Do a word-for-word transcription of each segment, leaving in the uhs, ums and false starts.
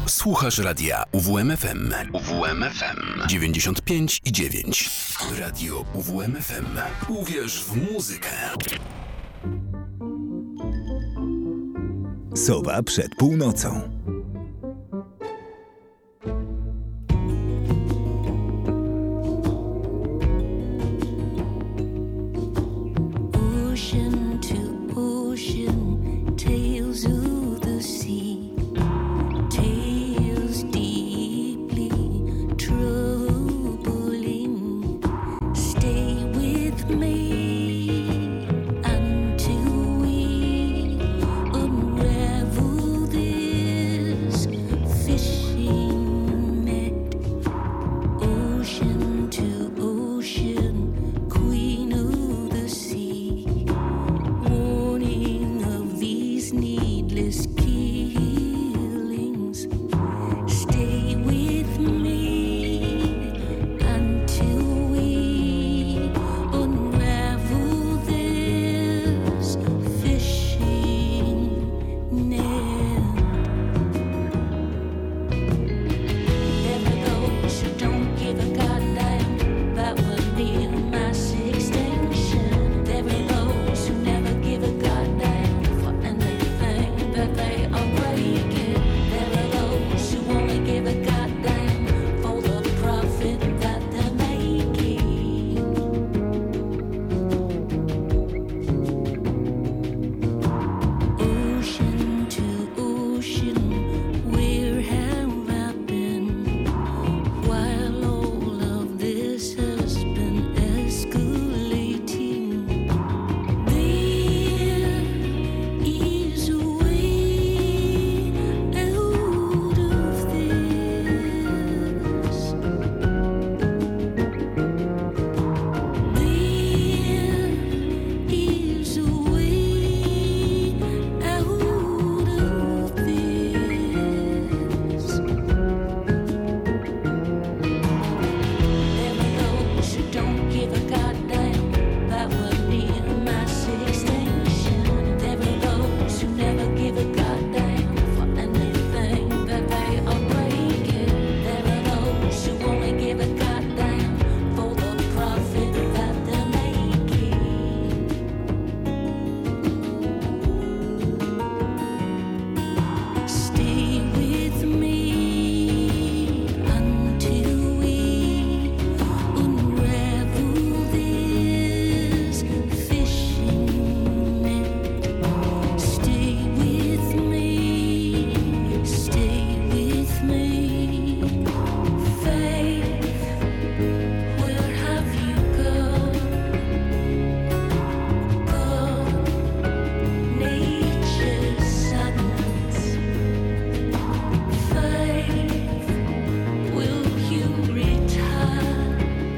Słuchasz radia U W M F M. U W M F M dziewięćdziesiąt pięć i dziewięć. Radio U W M F M. Uwierz w muzykę. Sowa przed północą. Ocean to ocean, tales of the sea, tales deeply troubling. Stay with me until we unravel this fishing net. Ocean to ocean, queen of the sea, warning of these needless killings. Stay with me until we unravel this fishing net. There are those who don't give a goddamn about what near-mass extinction. There are those who never give a goddamn for anything that they are breaking. There are those who only give a goddamn for the profit that they're making. Ocean to ocean, where have I been while all of this has been escalating? There is a way out of this. There is a way out of this. There are those who don't give a goddamn about what near-mass extinction. There are those who never give a goddamn for anything that they are breaking. There are those who only give a goddamn for the profit that they're making. Stay with me until we unravel this fishing net. Stay with me, stay with me. Faith, where have you gone? Gone, nature's sadness. Faith, will you return?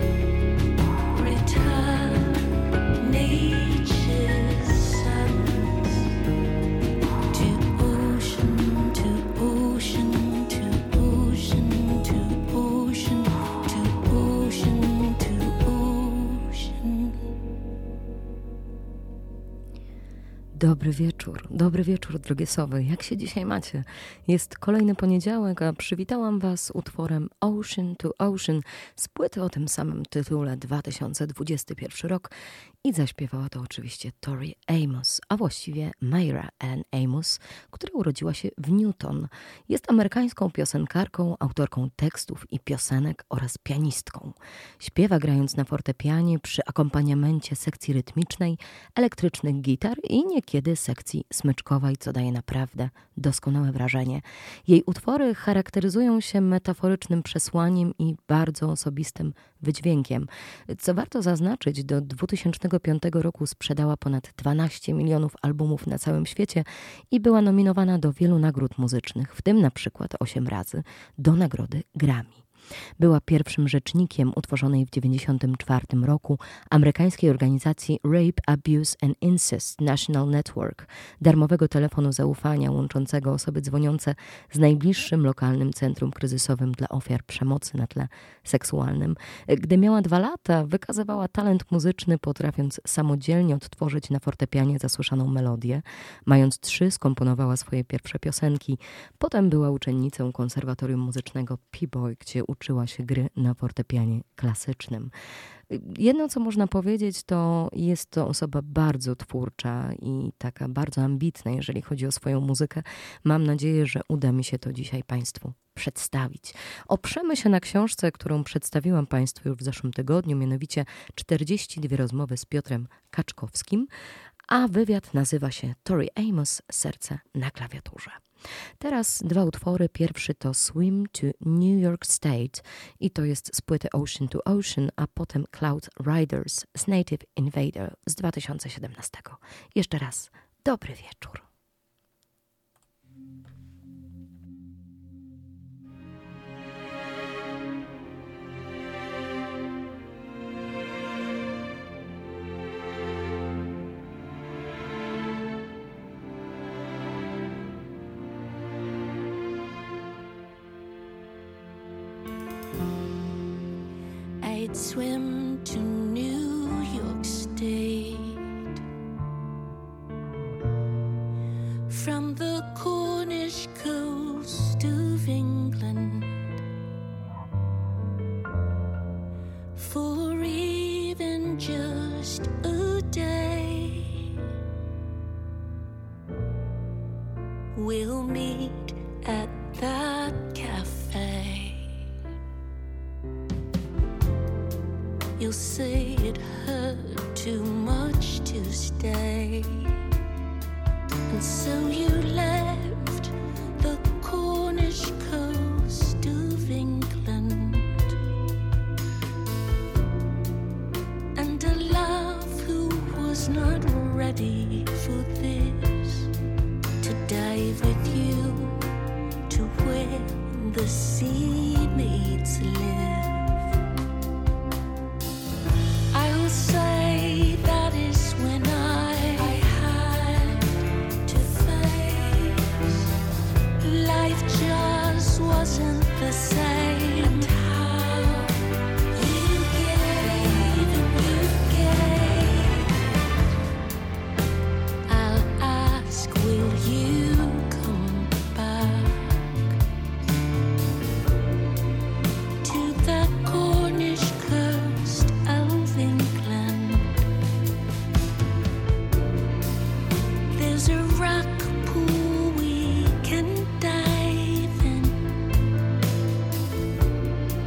Return, nature's sadness. To ocean, to ocean, to ocean, to ocean, to ocean, to ocean. Dobry wieczór, dobry wieczór, drogie sowy. Jak się dzisiaj macie? Jest kolejny poniedziałek, a przywitałam was utworem Ocean to Ocean z płyty o tym samym tytule dwa tysiące dwudziesty pierwszy rok i zaśpiewała to oczywiście Tori Amos, a właściwie Myra Ann Amos, która urodziła się w Newton. Jest amerykańską piosenkarką, autorką tekstów i piosenek oraz pianistką. Śpiewa grając na fortepianie przy akompaniamencie sekcji rytmicznej, elektrycznych gitar i niekiedy sekcji smyczkowej, co daje naprawdę doskonałe wrażenie. Jej utwory charakteryzują się metaforycznym przesłaniem i bardzo osobistym wydźwiękiem. Co warto zaznaczyć, do dwutysięcznego piątego roku sprzedała ponad dwanaście milionów albumów na całym świecie i była nominowana do wielu nagród muzycznych, w tym na przykład osiem razy do nagrody Grammy. Była pierwszym rzecznikiem utworzonej w dziewięćdziesiątym czwartym roku amerykańskiej organizacji Rape, Abuse and Incest National Network, darmowego telefonu zaufania łączącego osoby dzwoniące z najbliższym lokalnym centrum kryzysowym dla ofiar przemocy na tle seksualnym. Gdy miała dwa lata, wykazywała talent muzyczny, potrafiąc samodzielnie odtworzyć na fortepianie zasłyszaną melodię. Mając trzy, skomponowała swoje pierwsze piosenki. Potem była uczennicą konserwatorium muzycznego Peabody, gdzie uczyła się gry na fortepianie klasycznym. Jedno, co można powiedzieć, to jest to osoba bardzo twórcza i taka bardzo ambitna, jeżeli chodzi o swoją muzykę. Mam nadzieję, że uda mi się to dzisiaj Państwu przedstawić. Oprzemy się na książce, którą przedstawiłam Państwu już w zeszłym tygodniu, mianowicie czterdzieści dwie rozmowy z Piotrem Kaczkowskim, a wywiad nazywa się Tori Amos, Serce na klawiaturze. Teraz dwa utwory. Pierwszy to Swim to New York State i to jest z płyty Ocean to Ocean, a potem Cloud Riders z Native Invader z dwa tysiące siedemnastego. Jeszcze raz dobry wieczór. I'd swim to New York State from the Cornish coast of England for even just a day. We'll meet at that cafe. You'll say it hurt too much to stay, and so you left the Cornish coast of England, and a love who was not ready for this, to dive with you to where the sea mates live. Say that is when I, I had to face life just wasn't the same. And how you gave and you gave. I'll ask, will you come back to the Cornish coast of England? There's a rock pool we can dive in,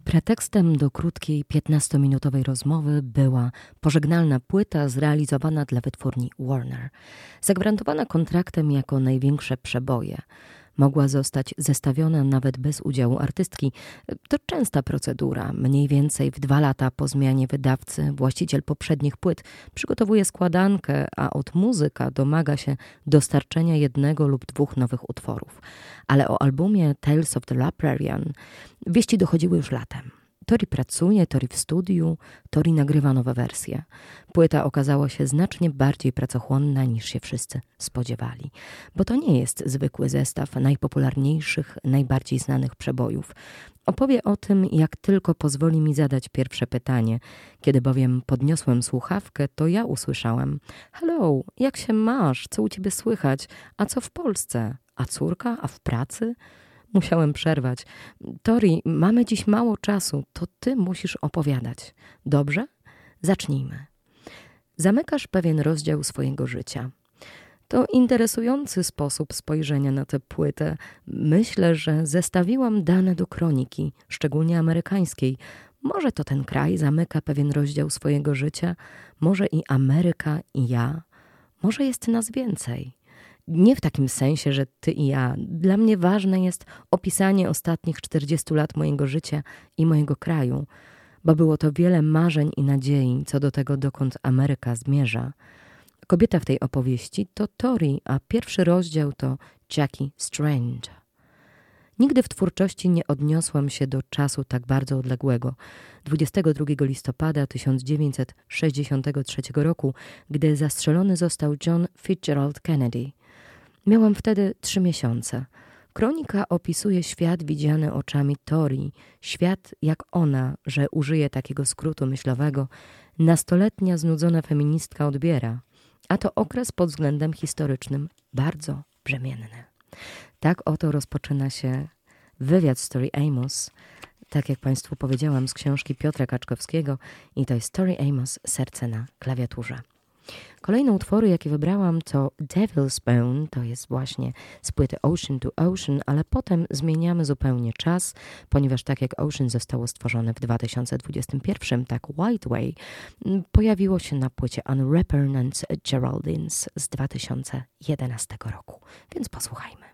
Pretekstem do krótkiej, piętnastominutowej rozmowy była pożegnalna płyta zrealizowana dla wytwórni Warner. Zagwarantowana kontraktem jako największe przeboje. Mogła zostać zestawiona nawet bez udziału artystki. To częsta procedura. Mniej więcej w dwa lata po zmianie wydawcy właściciel poprzednich płyt przygotowuje składankę, a od muzyka domaga się dostarczenia jednego lub dwóch nowych utworów. Ale o albumie Tales of the Librarian wieści dochodziły już latem. Tori pracuje, Tori w studiu, Tori nagrywa nowe wersje. Płyta okazała się znacznie bardziej pracochłonna niż się wszyscy spodziewali, bo to nie jest zwykły zestaw najpopularniejszych, najbardziej znanych przebojów. Opowie o tym, jak tylko pozwoli mi zadać pierwsze pytanie. Kiedy bowiem podniosłem słuchawkę, to ja usłyszałem: hello, jak się masz? Co u ciebie słychać? A co w Polsce? A córka? A w pracy? Musiałem przerwać. Tori, mamy dziś mało czasu, to ty musisz opowiadać. Dobrze? Zacznijmy. Zamykasz pewien rozdział swojego życia. To interesujący sposób spojrzenia na tę płytę. Myślę, że zestawiłam dane do kroniki, szczególnie amerykańskiej. Może to ten kraj zamyka pewien rozdział swojego życia, może i Ameryka i ja, może jest nas więcej. Nie w takim sensie, że ty i ja. Dla mnie ważne jest opisanie ostatnich czterdziestu lat mojego życia i mojego kraju, bo było to wiele marzeń i nadziei co do tego, dokąd Ameryka zmierza. Kobieta w tej opowieści to Tori, a pierwszy rozdział to Jackie Strange. Nigdy w twórczości nie odniosłam się do czasu tak bardzo odległego. dwudziestego drugiego listopada tysiąc dziewięćset sześćdziesiątego trzeciego roku, gdy zastrzelony został John Fitzgerald Kennedy. Miałam wtedy trzy miesiące. Kronika opisuje świat widziany oczami Tori, świat jak ona, że użyje takiego skrótu myślowego, nastoletnia znudzona feministka odbiera, a to okres pod względem historycznym bardzo brzemienny. Tak oto rozpoczyna się wywiad z Tori Amos, tak jak Państwu powiedziałam, z książki Piotra Kaczkowskiego, i to jest Tori Amos, Serce na klawiaturze. Kolejne utwory, jakie wybrałam, to Devil's Bone, to jest właśnie z płyty Ocean to Ocean, ale potem zmieniamy zupełnie czas, ponieważ tak jak Ocean zostało stworzone w dwa tysiące dwudziestym pierwszym, tak White Way pojawiło się na płycie Unrepentant Geraldines z dwa tysiące jedenastego roku, więc posłuchajmy.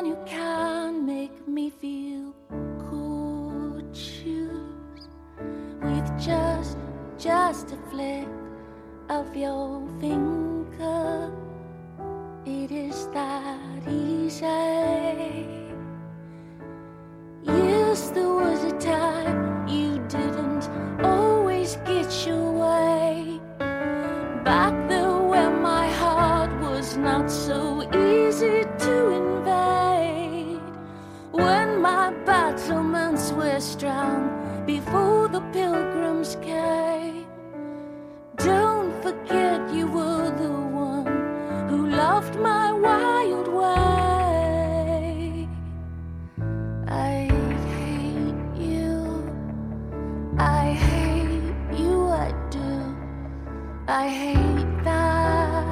one who can make me feel gorgeous with just, just a flick of your finger. It is that easy. Yes, there was a time you didn't always get your way. Back there when my heart was not so easy to invade. When my battlements were strong before the pilgrims came. Don't forget you were the one who loved my wild way. I hate you, I hate you, I do. I hate that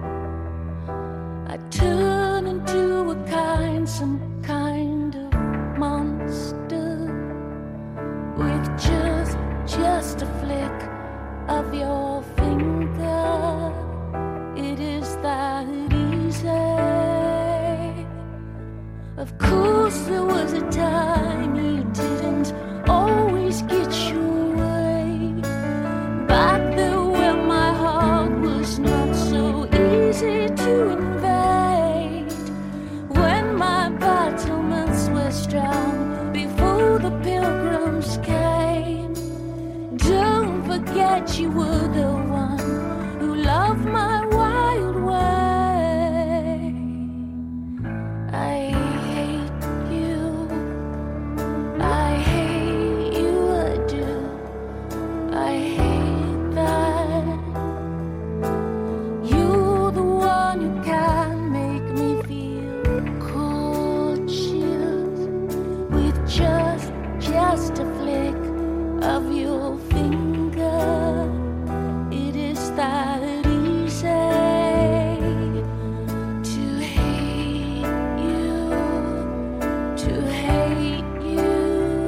I turn into a kind, some kind of monster with just, just a flick of your finger. It is that easy. Of course there was a time you didn't always get your way. Back there when my heart was not so easy to invade. When my battlements were strong before the pilgrims came. Don't forget you were the one who loved my wild way. I hate you, I hate you, I do. I hate that you're the one who can make me feel gorgeous with just, just a flick of your finger. It is that easy to hate you, to hate you.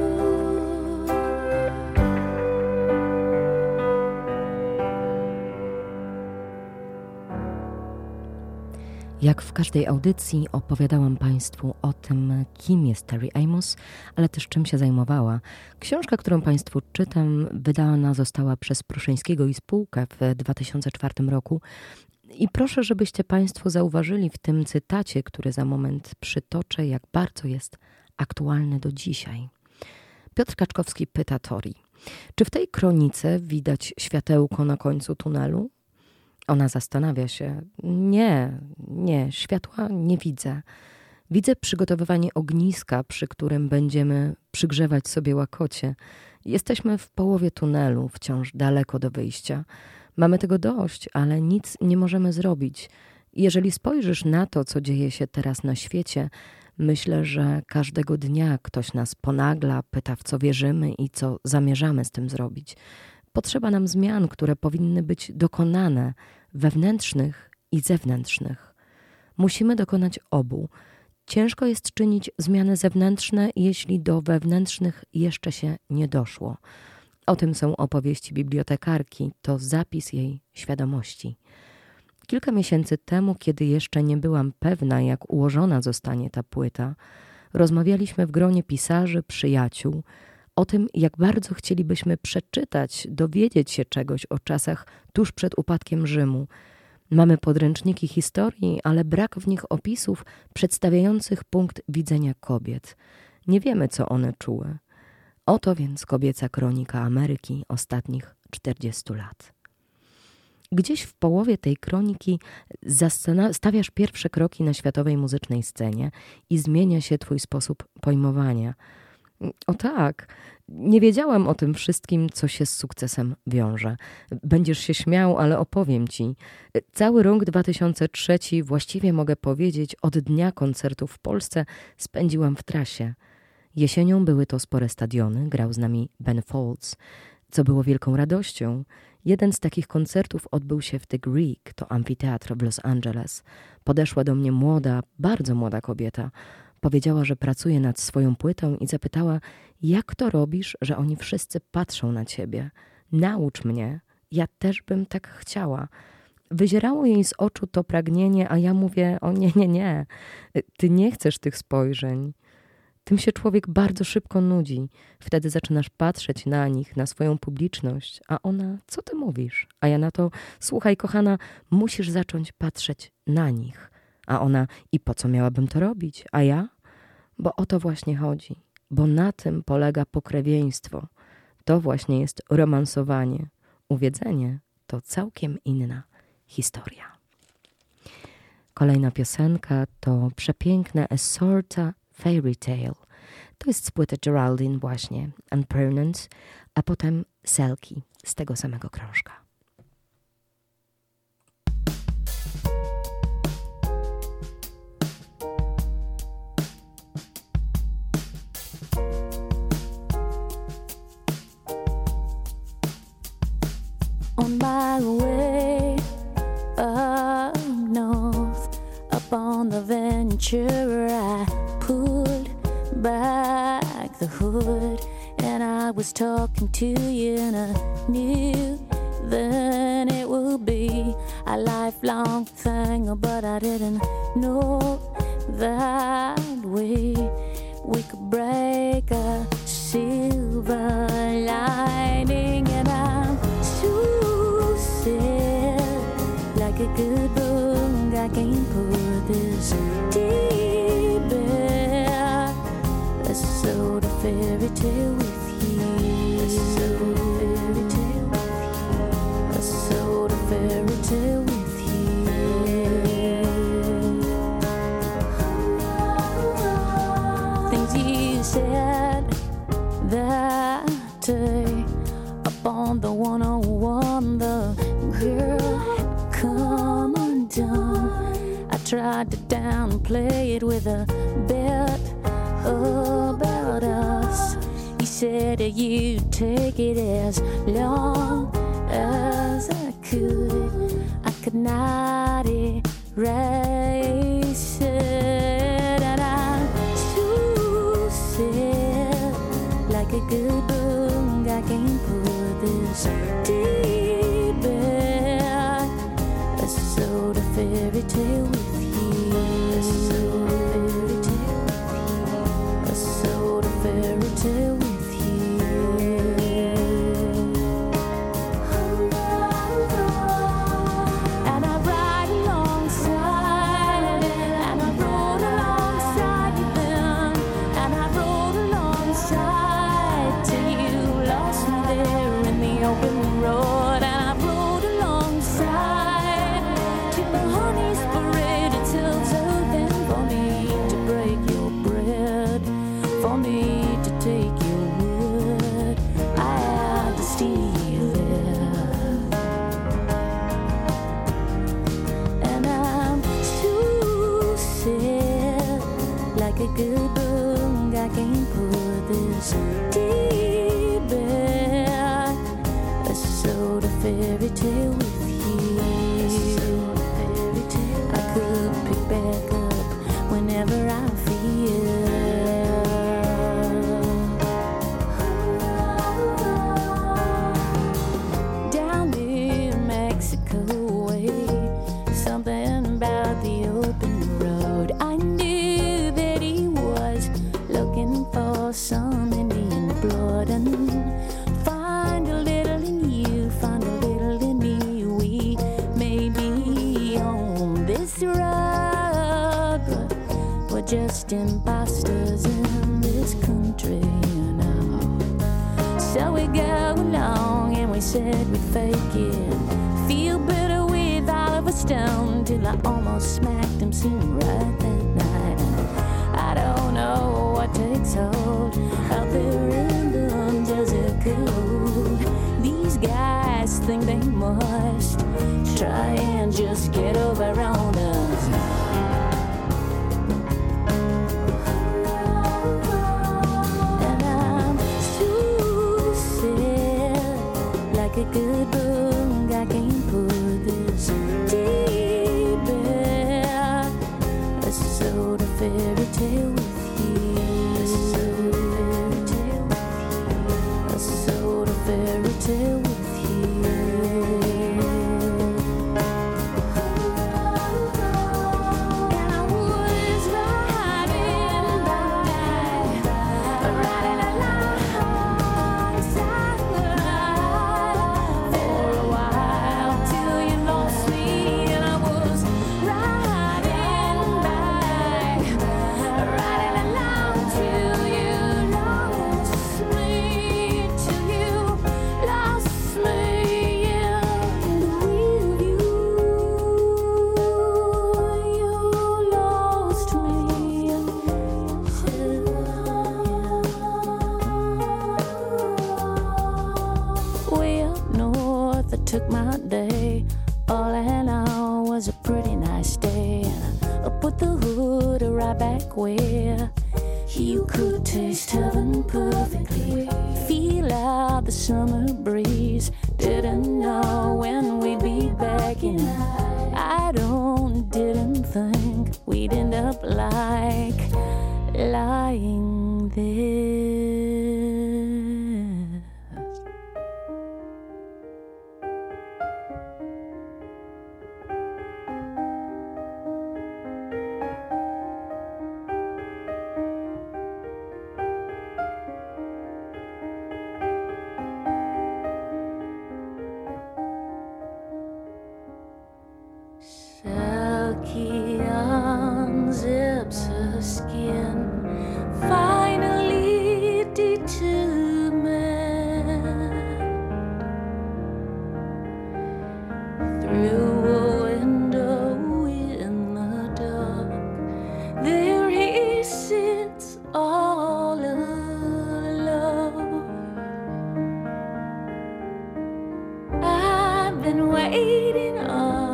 Jak w każdej audycji opowiadałam Państwu o tym, kim jest Tori Amos, ale też czym się zajmowała. Książka, którą Państwu czytam, wydana została przez Pruszyńskiego i spółkę w dwa tysiące czwartym roku. I proszę, żebyście Państwo zauważyli w tym cytacie, który za moment przytoczę, jak bardzo jest aktualny do dzisiaj. Piotr Kaczkowski pyta Tori, czy w tej kronice widać światełko na końcu tunelu? Ona zastanawia się. Nie, nie, światła nie widzę. Widzę przygotowywanie ogniska, przy którym będziemy przygrzewać sobie łakocie. Jesteśmy w połowie tunelu, wciąż daleko do wyjścia. Mamy tego dość, ale nic nie możemy zrobić. Jeżeli spojrzysz na to, co dzieje się teraz na świecie, myślę, że każdego dnia ktoś nas ponagla, pyta, w co wierzymy i co zamierzamy z tym zrobić. Potrzeba nam zmian, które powinny być dokonane, wewnętrznych i zewnętrznych. Musimy dokonać obu. Ciężko jest czynić zmiany zewnętrzne, jeśli do wewnętrznych jeszcze się nie doszło. O tym są opowieści bibliotekarki, to zapis jej świadomości. Kilka miesięcy temu, kiedy jeszcze nie byłam pewna, jak ułożona zostanie ta płyta, rozmawialiśmy w gronie pisarzy, przyjaciół, o tym, jak bardzo chcielibyśmy przeczytać, dowiedzieć się czegoś o czasach tuż przed upadkiem Rzymu. Mamy podręczniki historii, ale brak w nich opisów przedstawiających punkt widzenia kobiet. Nie wiemy, co one czuły. Oto więc kobieca kronika Ameryki ostatnich czterdziestu lat. Gdzieś w połowie tej kroniki stawiasz pierwsze kroki na światowej muzycznej scenie i zmienia się twój sposób pojmowania. O tak, nie wiedziałam o tym wszystkim, co się z sukcesem wiąże. Będziesz się śmiał, ale opowiem ci. Cały rok dwa tysiące trzeci, właściwie mogę powiedzieć, od dnia koncertów w Polsce spędziłam w trasie. Jesienią były to spore stadiony, grał z nami Ben Folds, co było wielką radością. Jeden z takich koncertów odbył się w The Greek, to amfiteatr w Los Angeles. Podeszła do mnie młoda, bardzo młoda kobieta. Powiedziała, że pracuje nad swoją płytą i zapytała, jak to robisz, że oni wszyscy patrzą na ciebie. Naucz mnie, ja też bym tak chciała. Wyzierało jej z oczu to pragnienie, a ja mówię, o nie, nie, nie, ty nie chcesz tych spojrzeń. Tym się człowiek bardzo szybko nudzi. Wtedy zaczynasz patrzeć na nich, na swoją publiczność, a ona, co ty mówisz? A ja na to, słuchaj kochana, musisz zacząć patrzeć na nich. A ona, i po co miałabym to robić? A ja? Bo o to właśnie chodzi. Bo na tym polega pokrewieństwo. To właśnie jest romansowanie. Uwiedzenie to całkiem inna historia. Kolejna piosenka to przepiękne A Sorta Fairy Tale. To jest z płyty Geraldine właśnie, Unpermanent, a potem Selkie z tego samego krążka. On my way up north, up on the Ventura, I pulled back the hood and I was talking to you, and I knew then it would be a lifelong thing, but I didn't know that we we could break a silver lining. And I'm so sad, like a good book, I can't put this deep in. Let's sort of fairy tale with you. Let's sort of fairy tale with you. Let's sort of fairy tale with you. Things you said that day up on the one oh one, the girl had come undone. I tried to downplay it with a bet about us. He said you'd take it as long as I could. I could not erase it, and I'm so sad, like a good book, I can't put this deep back. A sort of fairy tale with you. A sort of fairy tale with you. A sort of fairy tale with you. And I ride alongside, and I rode alongside you then, and I rode alongside till you lost me there in the open road. And I rode alongside till the honey's paraded till so then for me to break your bread, for me to take your wood, I had to steal it. And I'm so sad, like a good book, I can't put this deep back. A sort of fairy tale with you. A sort of fairy tale. I could pick back up whenever I feel. Down in Mexico way, something about the open road. I knew that he was looking for some Indian blood, and find a little in you, find a little in me. We may be on this road, but we're just imposters in this country now. So we go along and we said we'd fake it, feel better with Oliver Stone, till I almost smacked him soon right that night. And I don't know what takes hold out there in the desert cold. These guys think they must try and just get over on us. And I'm so sad, like a good book, I can't put this deep back. A sort of fairy tale with you. A sort of fairy tale with you. A sort of fairy tale with you. stand. Or put the hood right back where you could taste heaven perfectly. Feel out the summer breeze. Didn't know when we'd be back in. I don't, didn't think we'd end up like lying there. Silky unzips her skin, finally determined. Through a window in the dark, there he sits all alone. I've been waiting on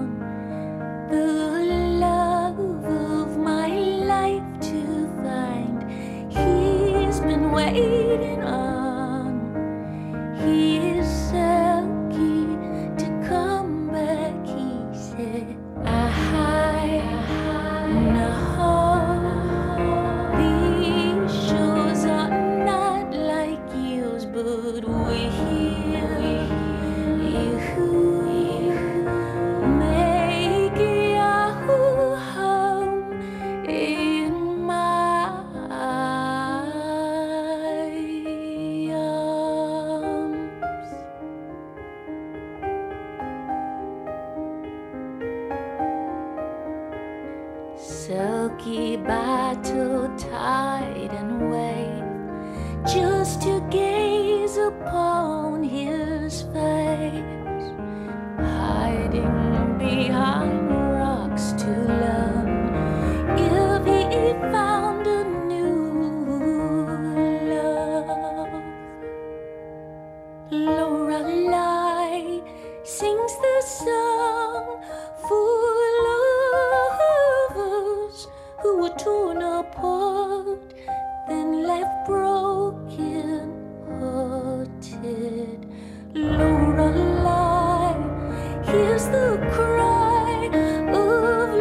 the love of my life to find. He's been waiting on his Selkie to come back. He said, I know these shores are not like yours, but we're here. You make your home in my arms. Silky battle tied and wave just to gaze upon his face, hiding behind rocks to learn if he found a new love. Lorelei sings the song for lovers who were torn apart, then left broken hearted. Lorelei hears the cry of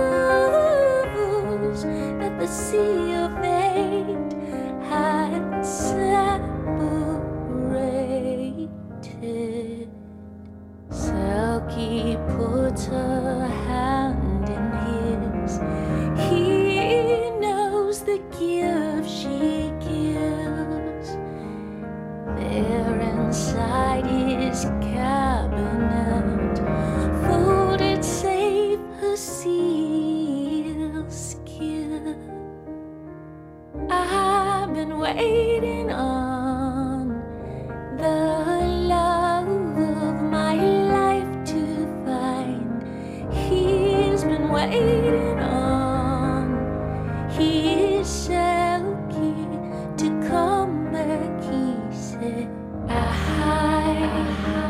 lovers that the sea of fate had separated. Selkie puts her hand in his. He knows the gift she gives. There inside his cabinet, folded safe, her sealskin. I've been waiting on the love of my life to find. He's been waiting on his Selkie to come back. He said, I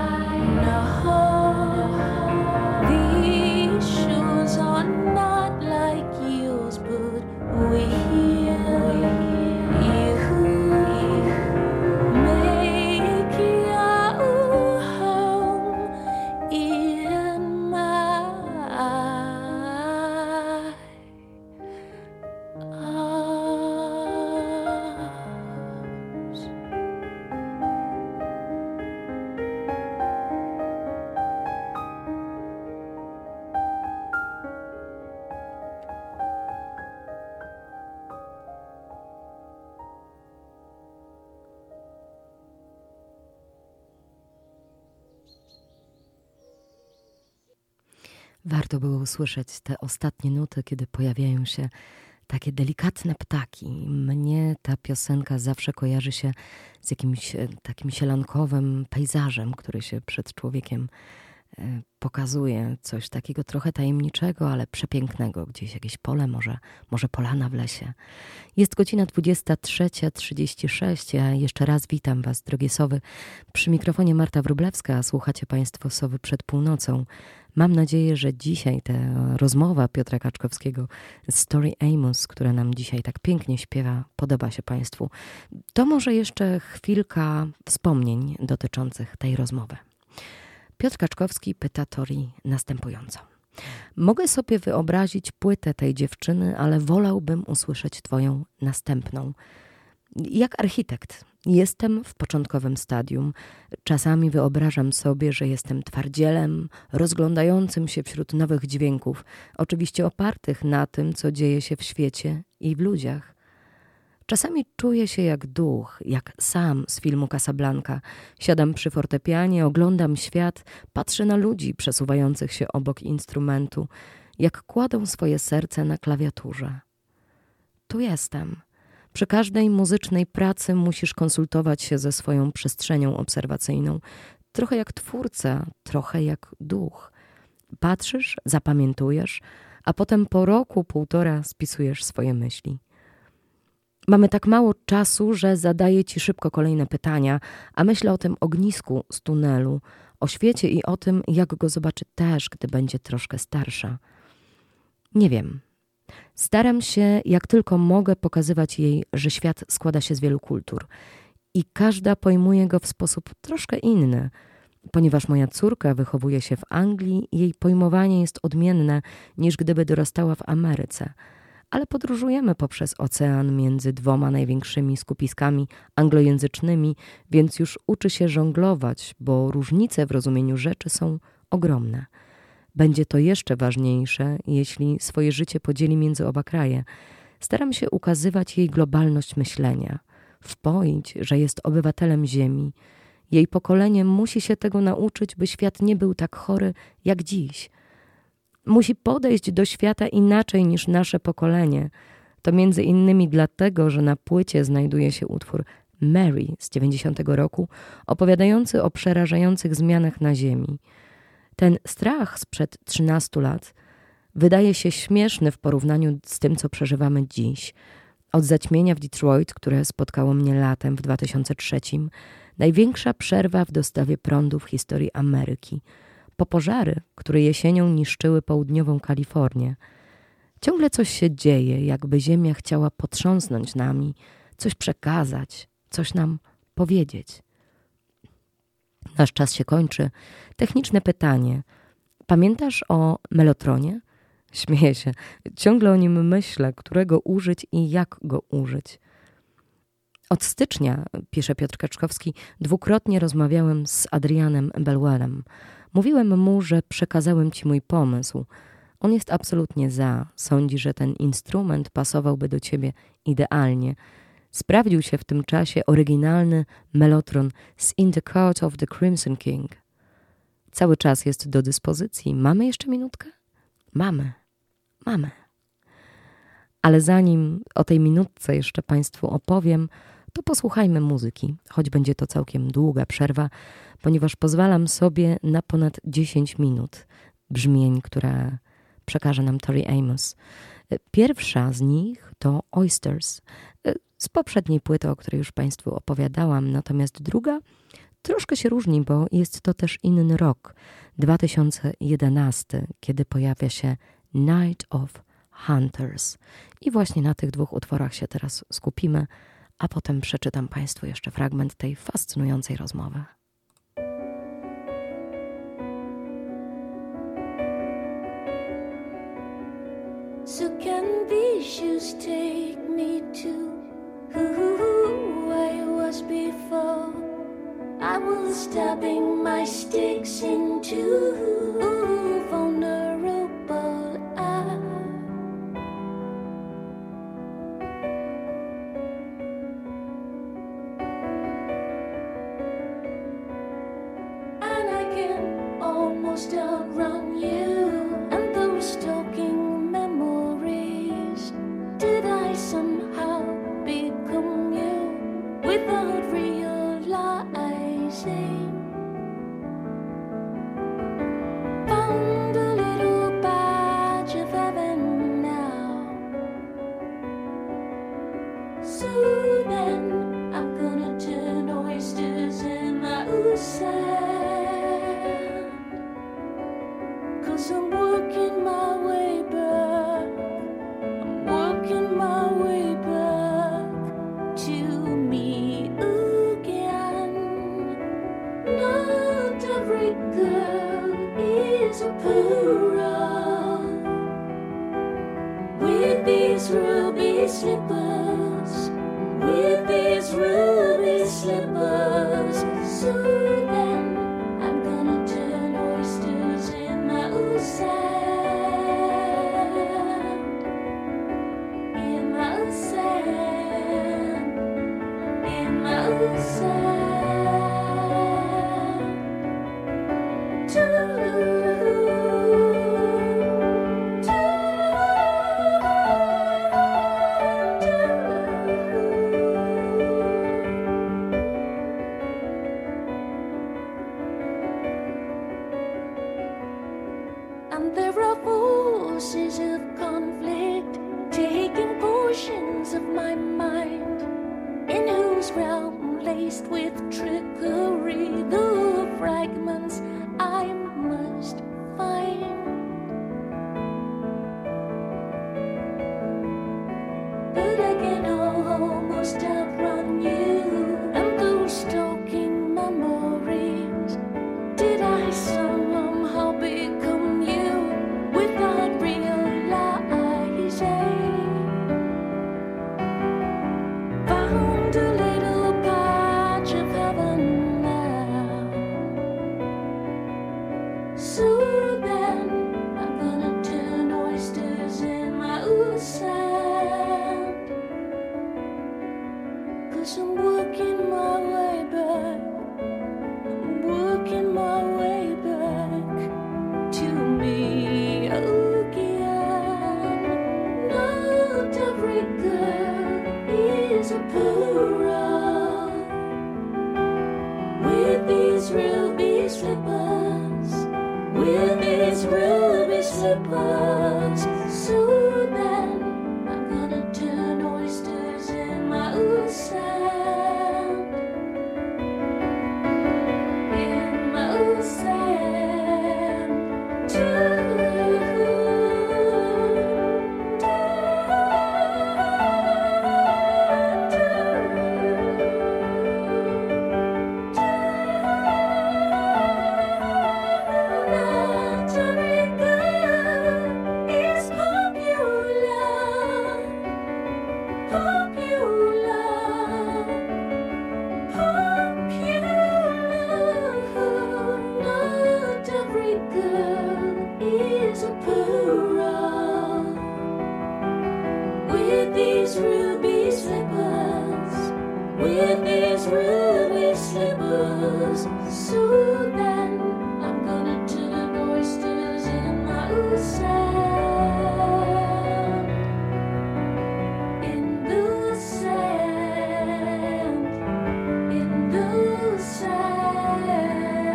know these shores are not like yours, but we're here. You make your home in my arms. Warto było usłyszeć te ostatnie nuty, kiedy pojawiają się takie delikatne ptaki. Mnie ta piosenka zawsze kojarzy się z jakimś takim sielankowym pejzażem, który się przed człowiekiem pokazuje. Coś takiego trochę tajemniczego, ale przepięknego. Gdzieś jakieś pole, może, może polana w lesie. Jest godzina dwudziesta trzecia trzydzieści sześć. Ja jeszcze raz witam Was, drogie sowy. Przy mikrofonie Marta Wróblewska, a słuchacie Państwo Sowy przed północą. Mam nadzieję, że dzisiaj ta rozmowa Piotra Kaczkowskiego z Tori Amos, która nam dzisiaj tak pięknie śpiewa, podoba się Państwu. To może jeszcze chwilka wspomnień dotyczących tej rozmowy. Piotr Kaczkowski pyta Tori następująco. Mogę sobie wyobrazić płytę tej dziewczyny, ale wolałbym usłyszeć twoją następną. Jak architekt jestem w początkowym stadium. Czasami wyobrażam sobie, że jestem twardzielem, rozglądającym się wśród nowych dźwięków, oczywiście opartych na tym, co dzieje się w świecie i w ludziach. Czasami czuję się jak duch, jak Sam z filmu Casablanca. Siadam przy fortepianie, oglądam świat, patrzę na ludzi przesuwających się obok instrumentu, jak kładą swoje serce na klawiaturze. Tu jestem. Przy każdej muzycznej pracy musisz konsultować się ze swoją przestrzenią obserwacyjną. Trochę jak twórca, trochę jak duch. Patrzysz, zapamiętujesz, a potem po roku, półtora spisujesz swoje myśli. Mamy tak mało czasu, że zadaję ci szybko kolejne pytania, a myślę o tym ognisku z tunelu, o świecie i o tym, jak go zobaczy też, gdy będzie troszkę starsza. Nie wiem. Staram się, jak tylko mogę, pokazywać jej, że świat składa się z wielu kultur i każda pojmuje go w sposób troszkę inny. Ponieważ moja córka wychowuje się w Anglii, jej pojmowanie jest odmienne niż gdyby dorastała w Ameryce. Ale podróżujemy poprzez ocean między dwoma największymi skupiskami anglojęzycznymi, więc już uczy się żonglować, bo różnice w rozumieniu rzeczy są ogromne. Będzie to jeszcze ważniejsze, jeśli swoje życie podzieli między oba kraje. Staram się ukazywać jej globalność myślenia, wpoić, że jest obywatelem Ziemi. Jej pokolenie musi się tego nauczyć, by świat nie był tak chory jak dziś. Musi podejść do świata inaczej niż nasze pokolenie. To między innymi dlatego, że na płycie znajduje się utwór Mary z dziewięćdziesiątego roku, opowiadający o przerażających zmianach na Ziemi. Ten strach sprzed trzynastu lat wydaje się śmieszny w porównaniu z tym, co przeżywamy dziś. Od zaćmienia w Detroit, które spotkało mnie latem w dwa tysiące trzecim, największa przerwa w dostawie prądu w historii Ameryki, po pożary, które jesienią niszczyły południową Kalifornię. Ciągle coś się dzieje, jakby Ziemia chciała potrząsnąć nami, coś przekazać, coś nam powiedzieć. Nasz czas się kończy. Techniczne pytanie. Pamiętasz o melotronie? Śmieję się. Ciągle o nim myślę, którego użyć i jak go użyć. Od stycznia, pisze Piotr Kaczkowski, dwukrotnie rozmawiałem z Adrianem Belwellem. Mówiłem mu, że przekazałem ci mój pomysł. On jest absolutnie za. Sądzi, że ten instrument pasowałby do ciebie idealnie. Sprawdził się w tym czasie oryginalny melotron z In the Court of the Crimson King. Cały czas jest do dyspozycji. Mamy jeszcze minutkę? Mamy. Mamy. Ale zanim o tej minutce jeszcze Państwu opowiem, to posłuchajmy muzyki, choć będzie to całkiem długa przerwa, ponieważ pozwalam sobie na ponad dziesięć minut brzmień, które przekaże nam Tori Amos. Pierwsza z nich to Oysters, z poprzedniej płyty, o której już Państwu opowiadałam, natomiast druga troszkę się różni, bo jest to też inny rok, dwa tysiące jedenasty, kiedy pojawia się Night of Hunters. I właśnie na tych dwóch utworach się teraz skupimy, a potem przeczytam Państwu jeszcze fragment tej fascynującej rozmowy. So can these shoes take me to who I was before? I was stabbing my sticks into vulnerable I. And I can almost outrun you and those stalking memories. Did I somehow become you without realizing? Found these ruby slippers, with these ruby slippers. So then I'm gonna turn oysters in my ooh sand, in my ooh sand, in my ooh sand. And there are forces of conflict taking portions of my mind, in whose realm, laced with trickery, the fragments I must find. But I can almost outrun you and those stalking memories. Did I somehow become you without realizing? Found a little patch of heaven now. So then I'm gonna turn oysters in my ooh sand, 'cause I'm working my way back, I'm working my way back to me again. Not every girl is a pearl, with these ruby slippers, with these ruby slippers. So then I'm gonna turn oysters in my ooh sand, in my ooh sand, too. Not every girl is popular, popular, popular. Not every girl is a pearl, with these ruby slippers, with these ruby slippers. So then I'm gonna turn oysters in my ooh sand, in the sand, in the sand.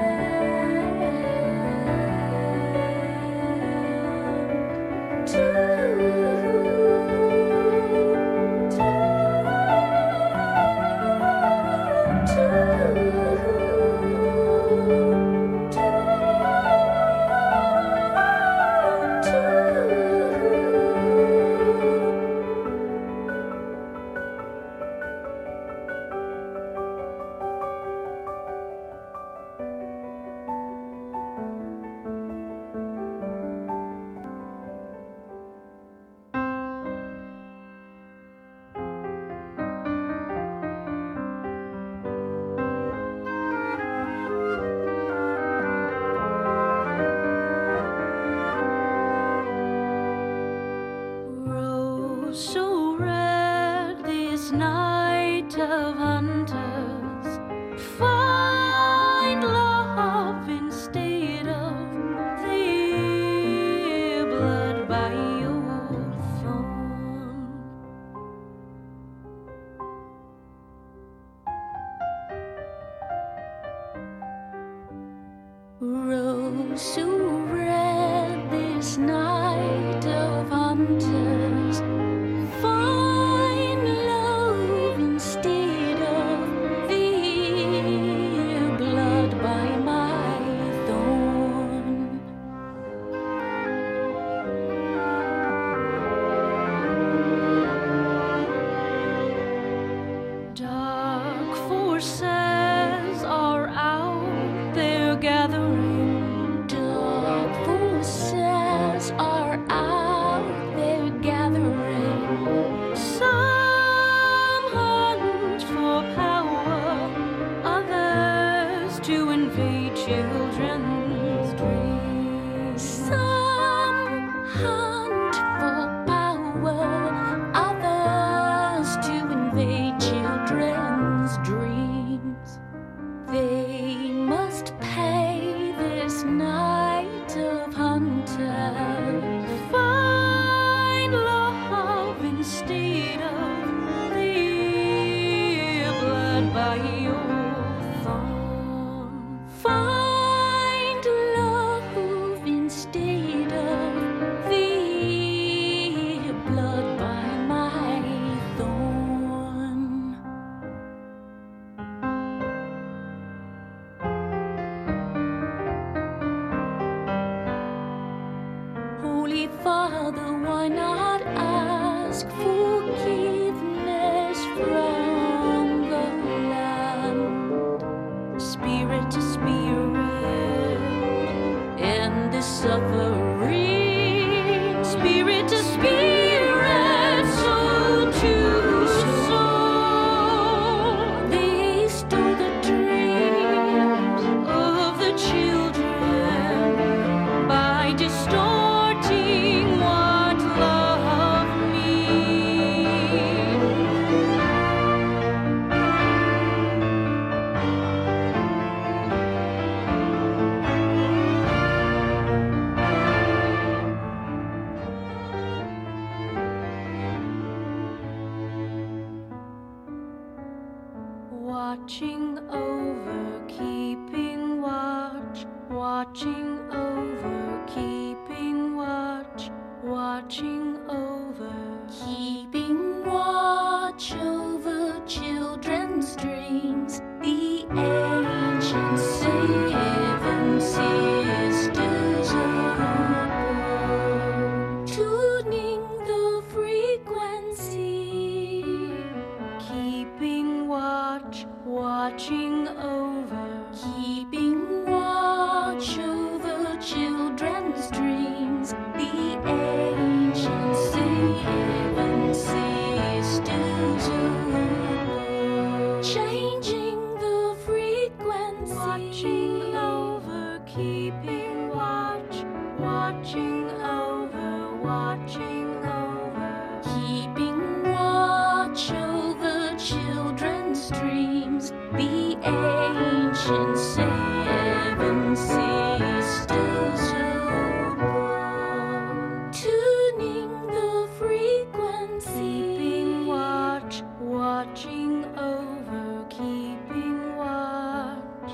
So red this night of hunters, find love instead of their blood by your thorn. Rose so red this night of hunters, find love instead of spirit to spirit, soul to soul. They stole the dreams of the children by distorting what love means. Watching over, keeping watch, watching over, keeping watch, watching over, keeping watch over children's dreams, the ancient seven sisters of gold, tuning the frequency, keeping watch, watching over, keeping watch over children's dreams, the ancient seven sisters of gold, changing the frequency, watching over, keeping watch, watching over, watching over, keeping watch over children's dreams, the ancient seven sisters of gold, tuning the frequency, keeping watch, watching over, keeping watch.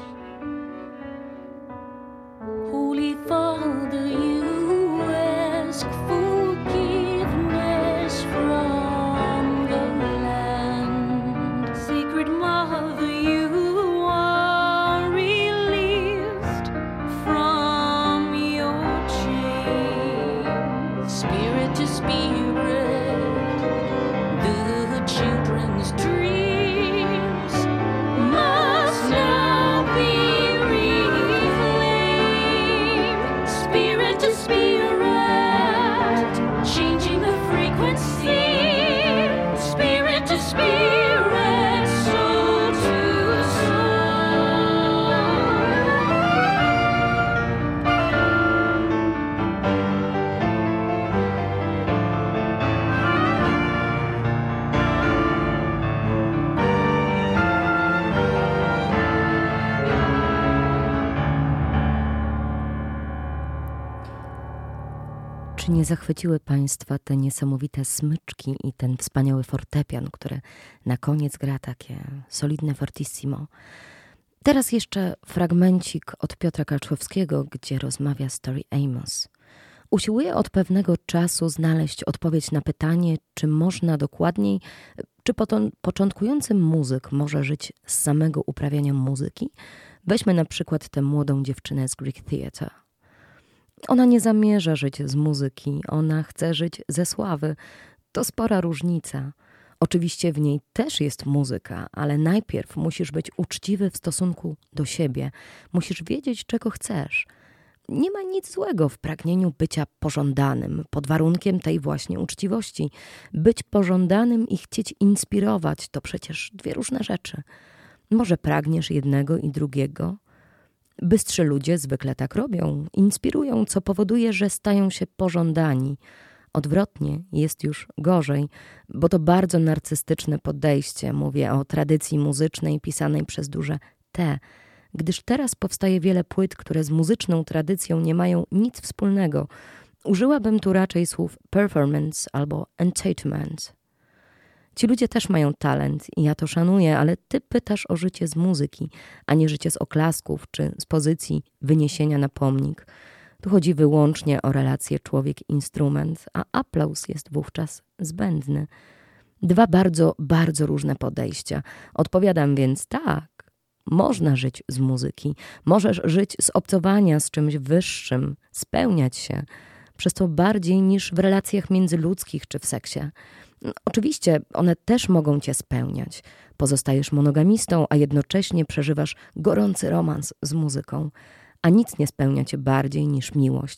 Holy Father, you ask forgiveness from the land. Sacred Mother, you are released from your chains. Spirit to spirit, the children's dreams must now be reclaimed. Spirit to spirit, changing the frequency. Spirit to spirit, soul to Czy nie zachwyciły Państwa te niesamowite smyczki i ten wspaniały fortepian, który na koniec gra takie solidne fortissimo? Teraz jeszcze fragmencik od Piotra Kalczkowskiego, gdzie rozmawia z Tori Amos. Usiłuje od pewnego czasu znaleźć odpowiedź na pytanie, czy można dokładniej, czy poton- początkujący muzyk może żyć z samego uprawiania muzyki? Weźmy na przykład tę młodą dziewczynę z Greek Theatre. Ona nie zamierza żyć z muzyki, ona chce żyć ze sławy. To spora różnica. Oczywiście w niej też jest muzyka, ale najpierw musisz być uczciwy w stosunku do siebie. Musisz wiedzieć, czego chcesz. Nie ma nic złego w pragnieniu bycia pożądanym, pod warunkiem tej właśnie uczciwości. Być pożądanym i chcieć inspirować to przecież dwie różne rzeczy. Może pragniesz jednego i drugiego? Bystrzy ludzie zwykle tak robią, inspirują, co powoduje, że stają się pożądani. Odwrotnie jest już gorzej, bo to bardzo narcystyczne podejście. Mówię o tradycji muzycznej pisanej przez duże T, gdyż teraz powstaje wiele płyt, które z muzyczną tradycją nie mają nic wspólnego. Użyłabym tu raczej słów performance albo entertainment. Ci ludzie też mają talent i ja to szanuję, ale ty pytasz o życie z muzyki, a nie życie z oklasków czy z pozycji wyniesienia na pomnik. Tu chodzi wyłącznie o relację człowiek-instrument, a aplauz jest wówczas zbędny. Dwa bardzo, bardzo różne podejścia. Odpowiadam więc tak, można żyć z muzyki, możesz żyć z obcowania z czymś wyższym, spełniać się, przez to bardziej niż w relacjach międzyludzkich czy w seksie. Oczywiście one też mogą cię spełniać. Pozostajesz monogamistą, a jednocześnie przeżywasz gorący romans z muzyką. A nic nie spełnia cię bardziej niż miłość.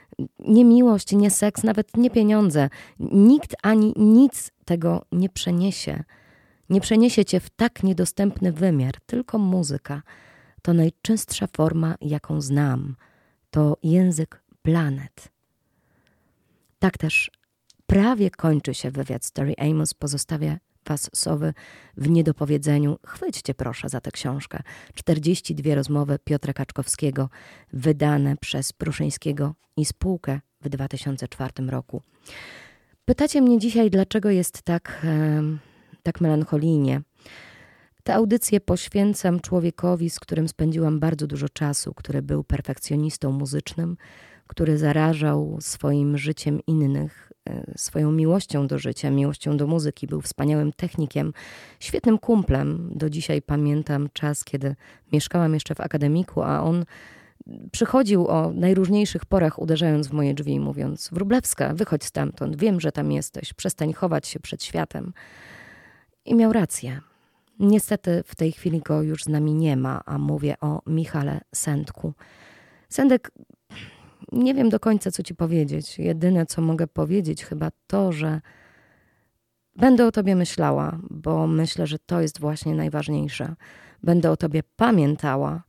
Nie miłość, nie seks, nawet nie pieniądze. Nikt ani nic tego nie przeniesie. Nie przeniesie cię w tak niedostępny wymiar, tylko muzyka. To najczystsza forma, jaką znam. To język planet. Tak też prawie kończy się wywiad z Tori Amos. Pozostawia was, sowy, w niedopowiedzeniu. Chwyćcie proszę za tę książkę. czterdzieści dwie rozmowy Piotra Kaczkowskiego, wydane przez Pruszyńskiego i spółkę w dwa tysiące czwartym roku. Pytacie mnie dzisiaj, dlaczego jest tak, e, tak melancholijnie. Tę audycję poświęcam człowiekowi, z którym spędziłam bardzo dużo czasu, który był perfekcjonistą muzycznym, który zarażał swoim życiem innych, swoją miłością do życia, miłością do muzyki. Był wspaniałym technikiem, świetnym kumplem. Do dzisiaj pamiętam czas, kiedy mieszkałam jeszcze w akademiku, a on przychodził o najróżniejszych porach, uderzając w moje drzwi i mówiąc: Wróblewska, wychodź stamtąd, wiem, że tam jesteś, przestań chować się przed światem. I miał rację. Niestety w tej chwili go już z nami nie ma, a mówię o Michale Sendku. Sendek, nie wiem do końca, co ci powiedzieć. Jedyne, co mogę powiedzieć, chyba to, że będę o tobie myślała, bo myślę, że to jest właśnie najważniejsze. Będę o tobie pamiętała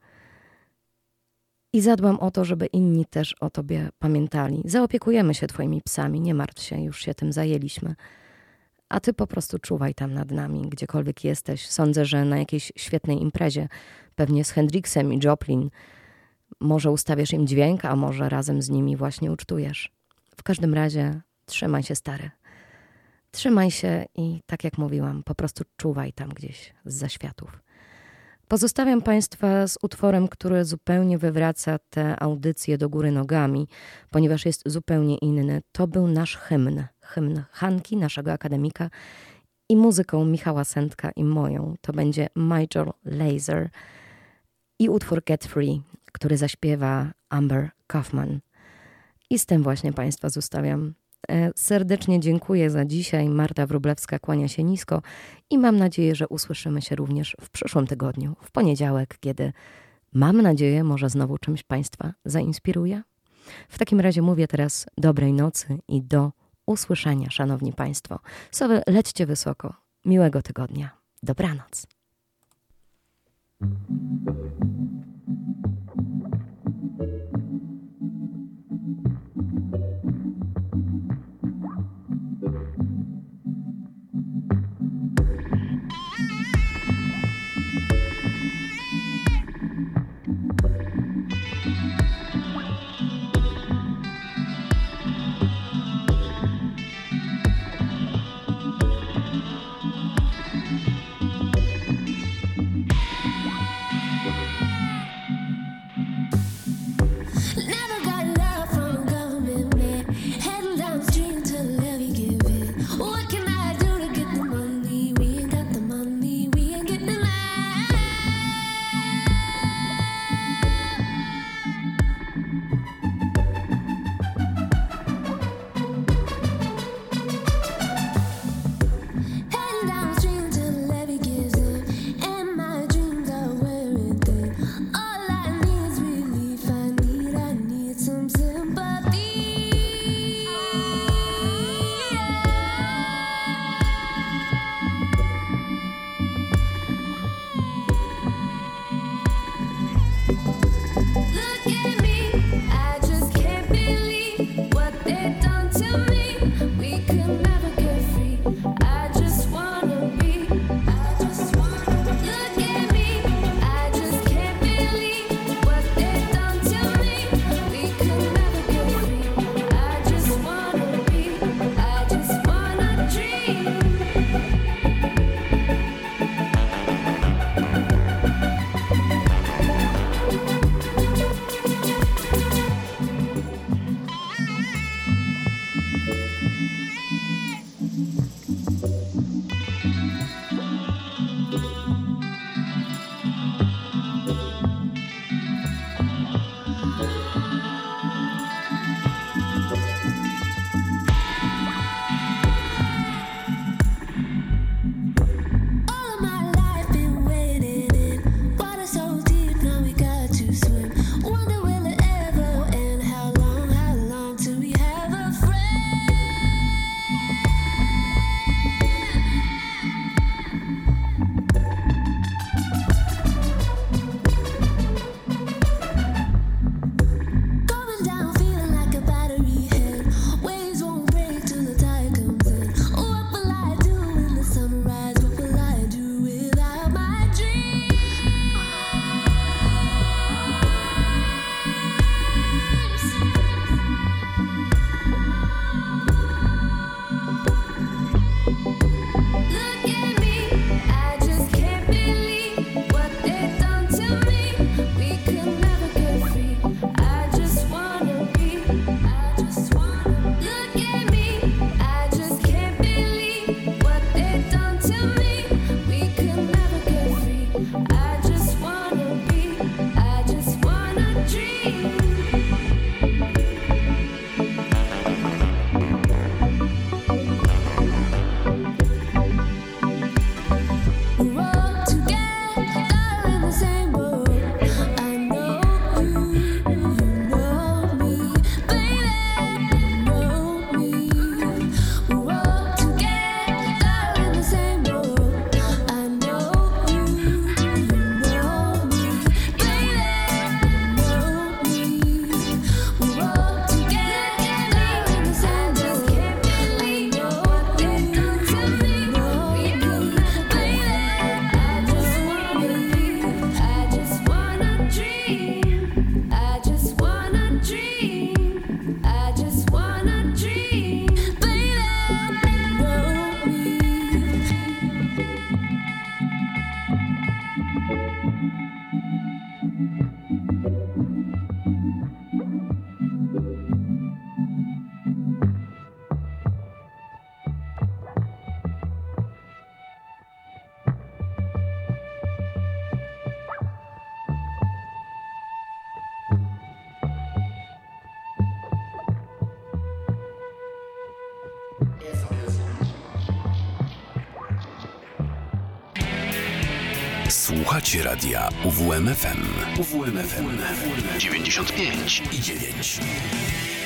i zadbam o to, żeby inni też o tobie pamiętali. Zaopiekujemy się twoimi psami, nie martw się, już się tym zajęliśmy. A ty po prostu czuwaj tam nad nami, gdziekolwiek jesteś. Sądzę, że na jakiejś świetnej imprezie, pewnie z Hendrixem i Joplin, może ustawiasz im dźwięk, a może razem z nimi właśnie ucztujesz. W każdym razie trzymaj się, stary. Trzymaj się i tak jak mówiłam, po prostu czuwaj tam gdzieś zza światów. Pozostawiam Państwa z utworem, który zupełnie wywraca tę audycję do góry nogami, ponieważ jest zupełnie inny. To był nasz hymn, hymn Hanki, naszego akademika, i muzyką Michała Sendka i moją. To będzie Major Lazer i utwór Get Free, który zaśpiewa Amber Kaufman. I z tym właśnie Państwa zostawiam. Serdecznie dziękuję za dzisiaj. Marta Wróblewska kłania się nisko i mam nadzieję, że usłyszymy się również w przyszłym tygodniu, w poniedziałek, kiedy, mam nadzieję, może znowu czymś Państwa zainspiruję. W takim razie mówię teraz dobrej nocy i do usłyszenia, szanowni Państwo. Sowy, lećcie wysoko. Miłego tygodnia. Dobranoc. Get Słuchacie radia U W M F M. U W M F M dziewięćdziesiąt pięć i dziewięć.